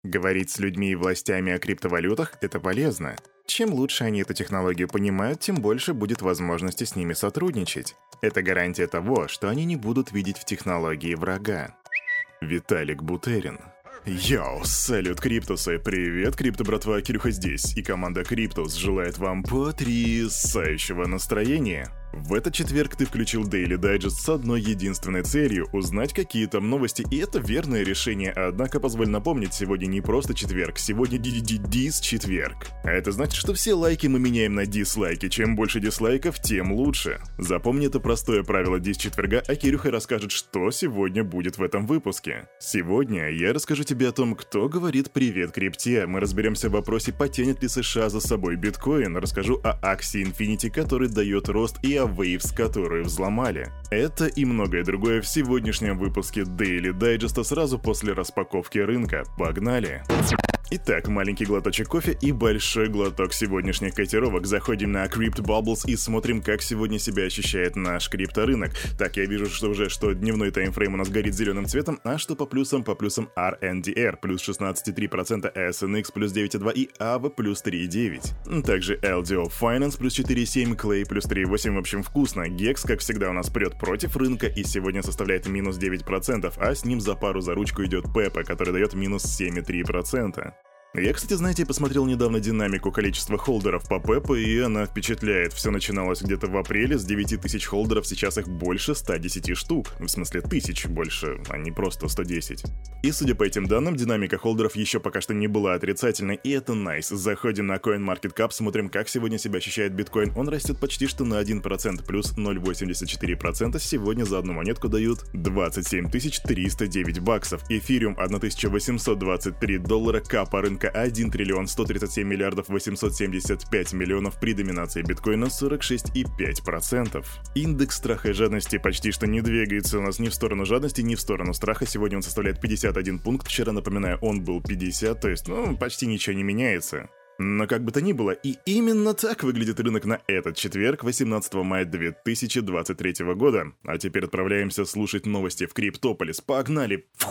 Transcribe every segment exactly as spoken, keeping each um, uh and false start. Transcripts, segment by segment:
Говорить с людьми и властями о криптовалютах – это полезно. Чем лучше они эту технологию понимают, тем больше будет возможности с ними сотрудничать. Это гарантия того, что они не будут видеть в технологии врага. Виталик Бутерин. Йоу, салют, Криптусы! Привет, крипто-братва, Кирюха здесь, и команда Криптус желает вам потрясающего настроения. В этот четверг ты включил Daily Digest с одной единственной целью – узнать какие там новости, и это верное решение, однако позволь напомнить, сегодня не просто четверг, сегодня дис-четверг. А это значит, что все лайки мы меняем на дизлайки, чем больше дизлайков, тем лучше. Запомни это простое правило дис-четверга, а Кирюха расскажет, что сегодня будет в этом выпуске. Сегодня я расскажу тебе о том, кто говорит «Привет, крипте», мы разберемся в вопросе, потянет ли США за собой биткоин, расскажу о Axie Infinity, который дает рост, и о Waves, которую взломали. Это и многое другое в сегодняшнем выпуске Daily Digest сразу после распаковки рынка. Погнали! Итак, маленький глоточек кофе и большой глоток сегодняшних котировок. Заходим на Crypto Bubbles и смотрим, как сегодня себя ощущает наш крипторынок. Так, я вижу, что уже что дневной таймфрейм у нас горит зеленым цветом, а что по плюсам, по плюсам ар эн ди ар плюс шестнадцать целых три десятых процента, эс эн икс плюс девять целых два процента и эй ви плюс три целых девять процента. Также эл ди о Finance плюс четыре целых семь процента, Clay плюс три целых восемь процента. В общем, вкусно. гекс, как всегда, у нас прет против рынка и сегодня составляет минус девять процентов, а с ним за пару за ручку идет Пепа, который дает минус семь целых три десятых процента. Я, кстати, знаете, посмотрел недавно динамику количества холдеров по Пепа, и она впечатляет. Все начиналось где-то в апреле с девяти тысяч холдеров, сейчас их больше ста десяти штук. В смысле, тысяч больше, а не просто сто десять. И, судя по этим данным, динамика холдеров еще пока что не была отрицательной, и это найс. Заходим на CoinMarketCap, смотрим, как сегодня себя ощущает биткоин. Он растет почти что на один процент, плюс ноль целых восемьдесят четыре сотых процента. Сегодня за одну монетку дают двадцать семь тысяч триста девять баксов. Эфириум тысяча восемьсот двадцать три доллара, капа рынка один триллион сто тридцать семь миллиардов восемьсот семьдесят пять миллионов, при доминации биткоина сорок шесть целых пять десятых процента. Индекс страха и жадности почти что не двигается у нас ни в сторону жадности, ни в сторону страха. Сегодня он составляет пятьдесят один пункт, вчера, напоминаю, он был пятьдесят, то есть, ну, почти ничего не меняется. Но как бы то ни было, и именно так выглядит рынок на этот четверг, восемнадцатого мая две тысячи двадцать третьего года. А теперь отправляемся слушать новости в Криптополис. Погнали! Фух.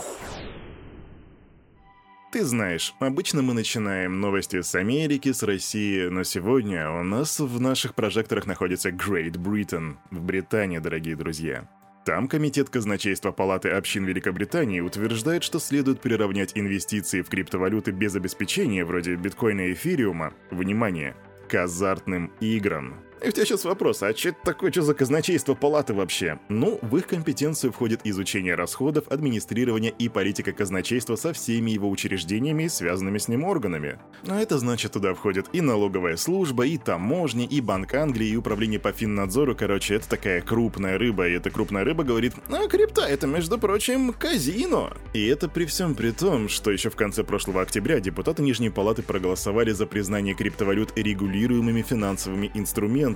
Ты знаешь, обычно мы начинаем новости с Америки, с России, но сегодня у нас в наших прожекторах находится Great Britain, в Британии, дорогие друзья. Там Комитет казначейства Палаты общин Великобритании утверждает, что следует приравнять инвестиции в криптовалюты без обеспечения, вроде биткоина и эфириума, внимание, к азартным играм. И у тебя сейчас вопрос, а что это такое, что за казначейство палаты вообще? Ну, в их компетенцию входит изучение расходов, администрирование и политика казначейства со всеми его учреждениями и связанными с ним органами. А это значит, туда входит и налоговая служба, и таможня, и Банк Англии, и управление по финнадзору. Короче, это такая крупная рыба, и эта крупная рыба говорит: а крипта — это, между прочим, казино. И это при всем при том, что еще в конце прошлого октября депутаты Нижней Палаты проголосовали за признание криптовалют регулируемыми финансовыми инструментами.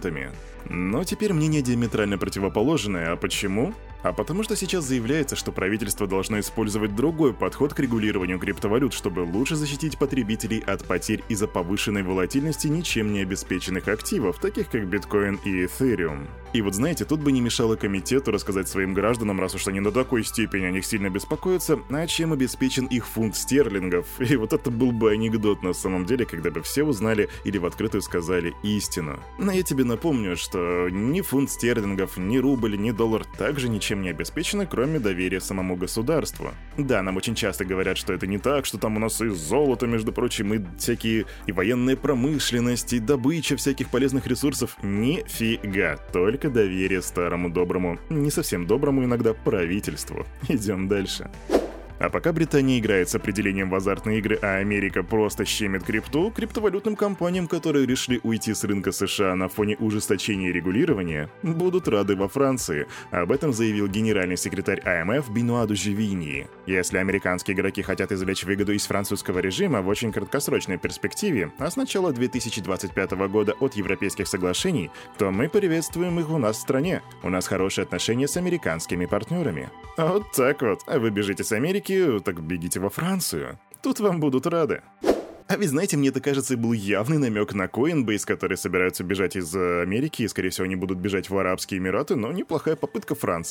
Но теперь мнение диаметрально противоположное. А почему? А потому что сейчас заявляется, что правительство должно использовать другой подход к регулированию криптовалют, чтобы лучше защитить потребителей от потерь из-за повышенной волатильности ничем не обеспеченных активов, таких как биткоин и эфириум. И вот знаете, тут бы не мешало комитету рассказать своим гражданам, раз уж они до такой степени о них сильно беспокоятся, а чем обеспечен их фунт стерлингов. И вот это был бы анекдот на самом деле, когда бы все узнали или в открытую сказали истину. Но я тебе напомню, что ни фунт стерлингов, ни рубль, ни доллар также ничем не обеспечены, кроме доверия самому государству. Да, нам очень часто говорят, что это не так, что там у нас и золото, между прочим, и всякие, и военная промышленность, и добыча всяких полезных ресурсов. Нифига, только доверие старому доброму, не совсем доброму иногда, правительству. Идем дальше. А пока Британия играет с определением в азартные игры, а Америка просто щемит крипту, криптовалютным компаниям, которые решили уйти с рынка США на фоне ужесточения регулирования, будут рады во Франции. Об этом заявил генеральный секретарь ай эм эф Бенуа Дужевиньи. Если американские игроки хотят извлечь выгоду из французского режима в очень краткосрочной перспективе, а с начала две тысячи двадцать пятого года от европейских соглашений, то мы приветствуем их у нас в стране. У нас хорошие отношения с американскими партнерами. Вот так вот. А вы бежите с Америки, так бегите во Францию. Тут вам будут рады. А ведь, знаете, мне это, кажется, был явный намек на Coinbase, которые собираются бежать из Америки, и, скорее всего, они будут бежать в Арабские Эмираты, но неплохая попытка Франции.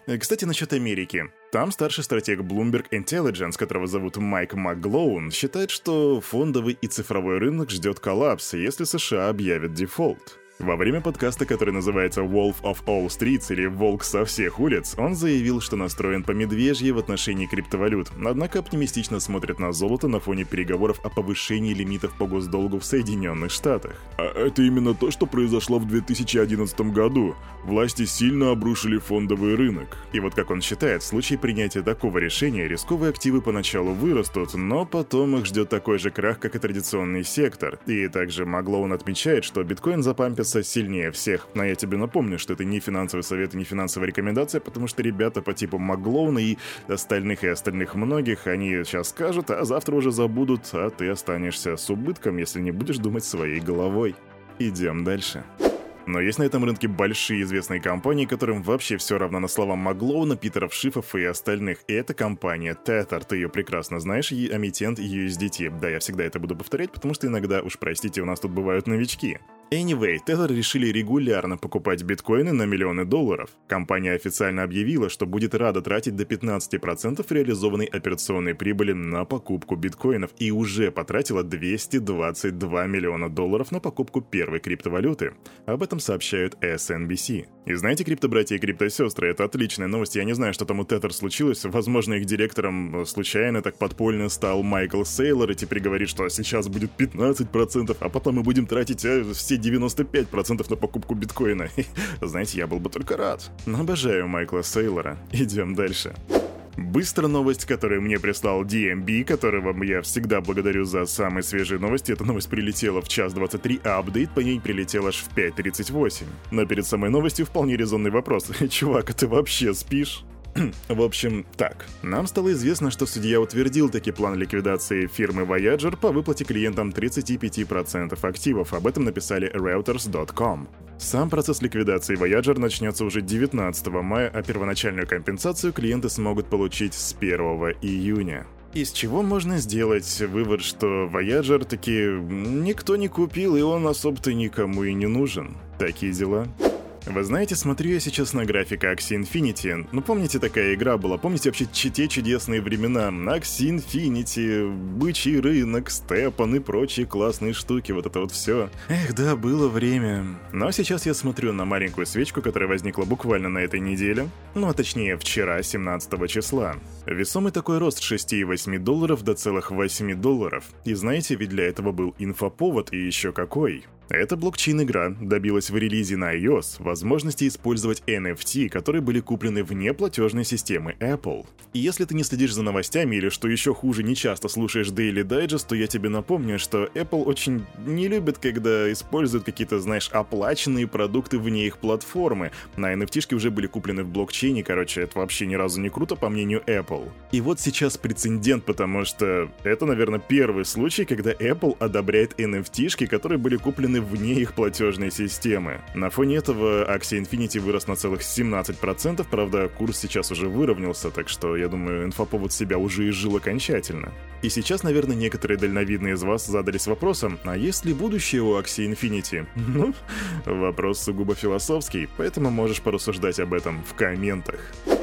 Кстати, насчет Америки. Там старший стратег Bloomberg Intelligence, которого зовут Майк Макглоун, считает, что фондовый и цифровой рынок ждет коллапс, если США объявят дефолт. Во время подкаста, который называется Wolf of All Streets или Волк со всех улиц, он заявил, что настроен по медвежье в отношении криптовалют, однако оптимистично смотрит на золото на фоне переговоров о повышении лимитов по госдолгу в Соединенных Штатах. А это именно то, что произошло в две тысячи одиннадцатом году. Власти сильно обрушили фондовый рынок. И вот как он считает, в случае принятия такого решения рисковые активы поначалу вырастут, но потом их ждет такой же крах, как и традиционный сектор. И также Макглоун отмечает, что биткоин запампится сильнее всех. Но я тебе напомню, что это не финансовый совет и не финансовая рекомендация, потому что ребята по типу Макглоуна и остальных и остальных многих, они сейчас скажут, а завтра уже забудут, а ты останешься с убытком, если не будешь думать своей головой. Идем дальше. Но есть на этом рынке большие известные компании, которым вообще все равно на слова Макглоуна, Питеров, Шифов и остальных. И это компания Tether, ты ее прекрасно знаешь, и эмитент ю эс ди ти. Да, я всегда это буду повторять, потому что иногда, уж простите, у нас тут бывают новички. Anyway, Tether решили регулярно покупать биткоины на миллионы долларов. Компания официально объявила, что будет рада тратить до пятнадцати процентов реализованной операционной прибыли на покупку биткоинов и уже потратила двести двадцать два миллиона долларов на покупку первой криптовалюты. Об этом сообщают эс эн би си. И знаете, криптобратья и криптосестры, это отличная новость. Я не знаю, что там у Tether случилось. Возможно, их директором случайно так подпольно стал Майкл Сейлор и теперь говорит, что сейчас будет пятнадцать процентов, а потом мы будем тратить все девяносто пять процентов на покупку биткоина. Знаете, я был бы только рад. Но обожаю Майкла Сейлора. Идем дальше. Быстро новость, которую мне прислал ди эм би, которого я всегда благодарю за самые свежие новости. Эта новость прилетела в час двадцать три, а апдейт по ней прилетел аж в пять тридцать восемь. Но перед самой новостью вполне резонный вопрос. Чувак, а ты вообще спишь? В общем, так. Нам стало известно, что судья утвердил таки план ликвидации фирмы Voyager по выплате клиентам тридцать пять процентов активов. Об этом написали Reuters точка ком. Сам процесс ликвидации Voyager начнется уже девятнадцатого мая, а первоначальную компенсацию клиенты смогут получить с первого июня. Из чего можно сделать вывод, что Voyager таки никто не купил, и он особо-то никому и не нужен. Такие дела. Вы знаете, смотрю я сейчас на график Axie Infinity. Ну, помните, такая игра была? Помните вообще те чудесные времена? Axie Infinity, бычий рынок, Степан и прочие классные штуки, вот это вот все. Эх, да, было время. Но сейчас я смотрю на маленькую свечку, которая возникла буквально на этой неделе. Ну, а точнее, вчера, семнадцатого числа. Весомый такой рост с шести и восьми долларов до целых восьми долларов. И знаете, ведь для этого был инфоповод, и еще какой. Эта блокчейн-игра добилась в релизе на iOS возможности использовать эн эф ти, которые были куплены вне платежной системы Apple. И если ты не следишь за новостями или, что еще хуже, не часто слушаешь Daily Digest, то я тебе напомню, что Apple очень не любит, когда используют какие-то, знаешь, оплаченные продукты вне их платформы. На эн эф ти-шки уже были куплены в блокчейне, короче, это вообще ни разу не круто, по мнению Apple. И вот сейчас прецедент, потому что это, наверное, первый случай, когда Apple одобряет эн эф ти-шки, которые были куплены вне их платежной системы. На фоне этого Axie Infinity вырос на целых семнадцать процентов, правда, курс сейчас уже выровнялся, так что, я думаю, инфоповод себя уже изжил окончательно. И сейчас, наверное, некоторые дальновидные из вас задались вопросом, а есть ли будущее у Axie Infinity? Ну, вопрос сугубо философский, поэтому можешь порассуждать об этом в комментах.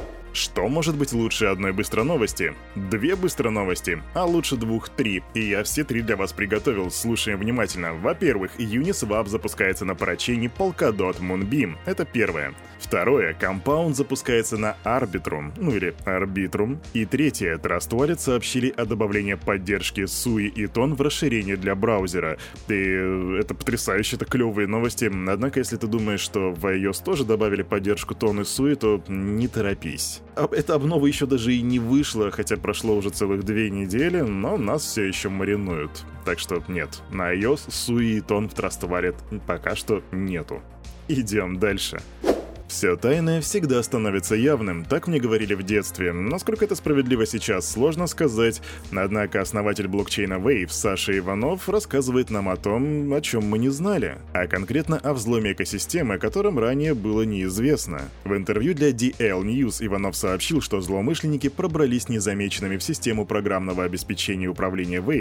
Что может быть лучше одной быстрой новости? Две быстрые новости, а лучше двух-три. И я все три для вас приготовил, слушаем внимательно. Во-первых, Uniswap запускается на парачейне Polkadot Moonbeam. Это первое. Второе, Compound запускается на Arbitrum, ну или Arbitrum. И третье, Trust Wallet сообщили о добавлении поддержки суи и тон в расширении для браузера. И это потрясающе, это клевые новости. Однако, если ты думаешь, что в iOS тоже добавили поддержку тон и суи, то не торопись. Эта обнова еще даже и не вышла, хотя прошло уже целых две недели, но нас все еще маринуют. Так что нет, на iOS суи и тон в Trust Wallet пока что нету. Идем дальше. Все тайное всегда становится явным, так мне говорили в детстве. Насколько это справедливо сейчас, сложно сказать. Однако основатель блокчейна Wave Саша Иванов рассказывает нам о том, о чем мы не знали, а конкретно о взломе экосистемы, о котором ранее было неизвестно. В интервью для ди эл News Иванов сообщил, что злоумышленники пробрались незамеченными в систему программного обеспечения управления Waves.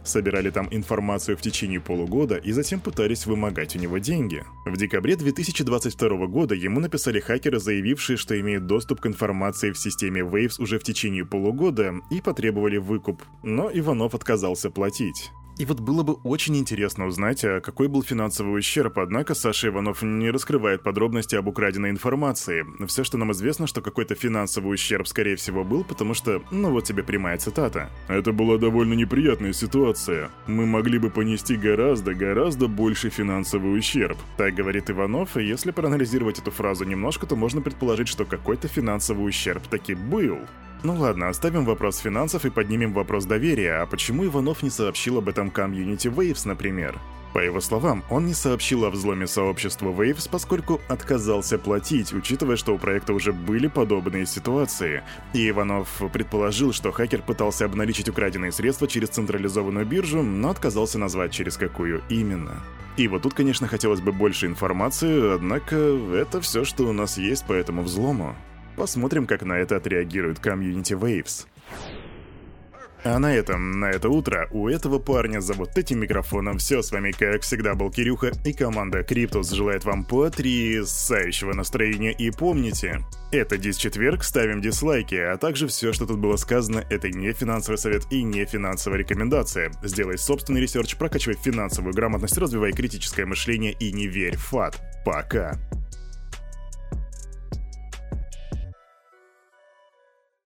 собирали там информацию в течение полугода и затем пытались вымогать у него деньги. В декабре две тысячи двадцать второго года ему написали хакеры, заявившие, что имеют доступ к информации в системе Waves уже в течение полугода, и потребовали выкуп, но Иванов отказался платить. И вот было бы очень интересно узнать, а какой был финансовый ущерб, однако Саша Иванов не раскрывает подробности об украденной информации. Все, что нам известно, что какой-то финансовый ущерб, скорее всего, был, потому что, ну вот тебе прямая цитата. «Это была довольно неприятная ситуация. Мы могли бы понести гораздо-гораздо больше финансовый ущерб». Так говорит Иванов, и если проанализировать эту фразу немножко, то можно предположить, что какой-то финансовый ущерб таки был. Ну ладно, оставим вопрос финансов и поднимем вопрос доверия. А почему Иванов не сообщил об этом комьюнити Waves, например? По его словам, он не сообщил о взломе сообщества Waves, поскольку отказался платить, учитывая, что у проекта уже были подобные ситуации. И Иванов предположил, что хакер пытался обналичить украденные средства через централизованную биржу, но отказался назвать, через какую именно. И вот тут, конечно, хотелось бы больше информации, однако это все, что у нас есть по этому взлому. Посмотрим, как на это отреагирует комьюнити Waves. А на этом, на это утро, у этого парня за вот этим микрофоном все. С вами, как всегда, был Кирюха, и команда Криптус желает вам потрясающего настроения. И помните, это Дис-четверг, ставим дизлайки, а также все, что тут было сказано, это не финансовый совет и не финансовая рекомендация. Сделай собственный ресерч, прокачивай финансовую грамотность, развивай критическое мышление и не верь в фат. Пока.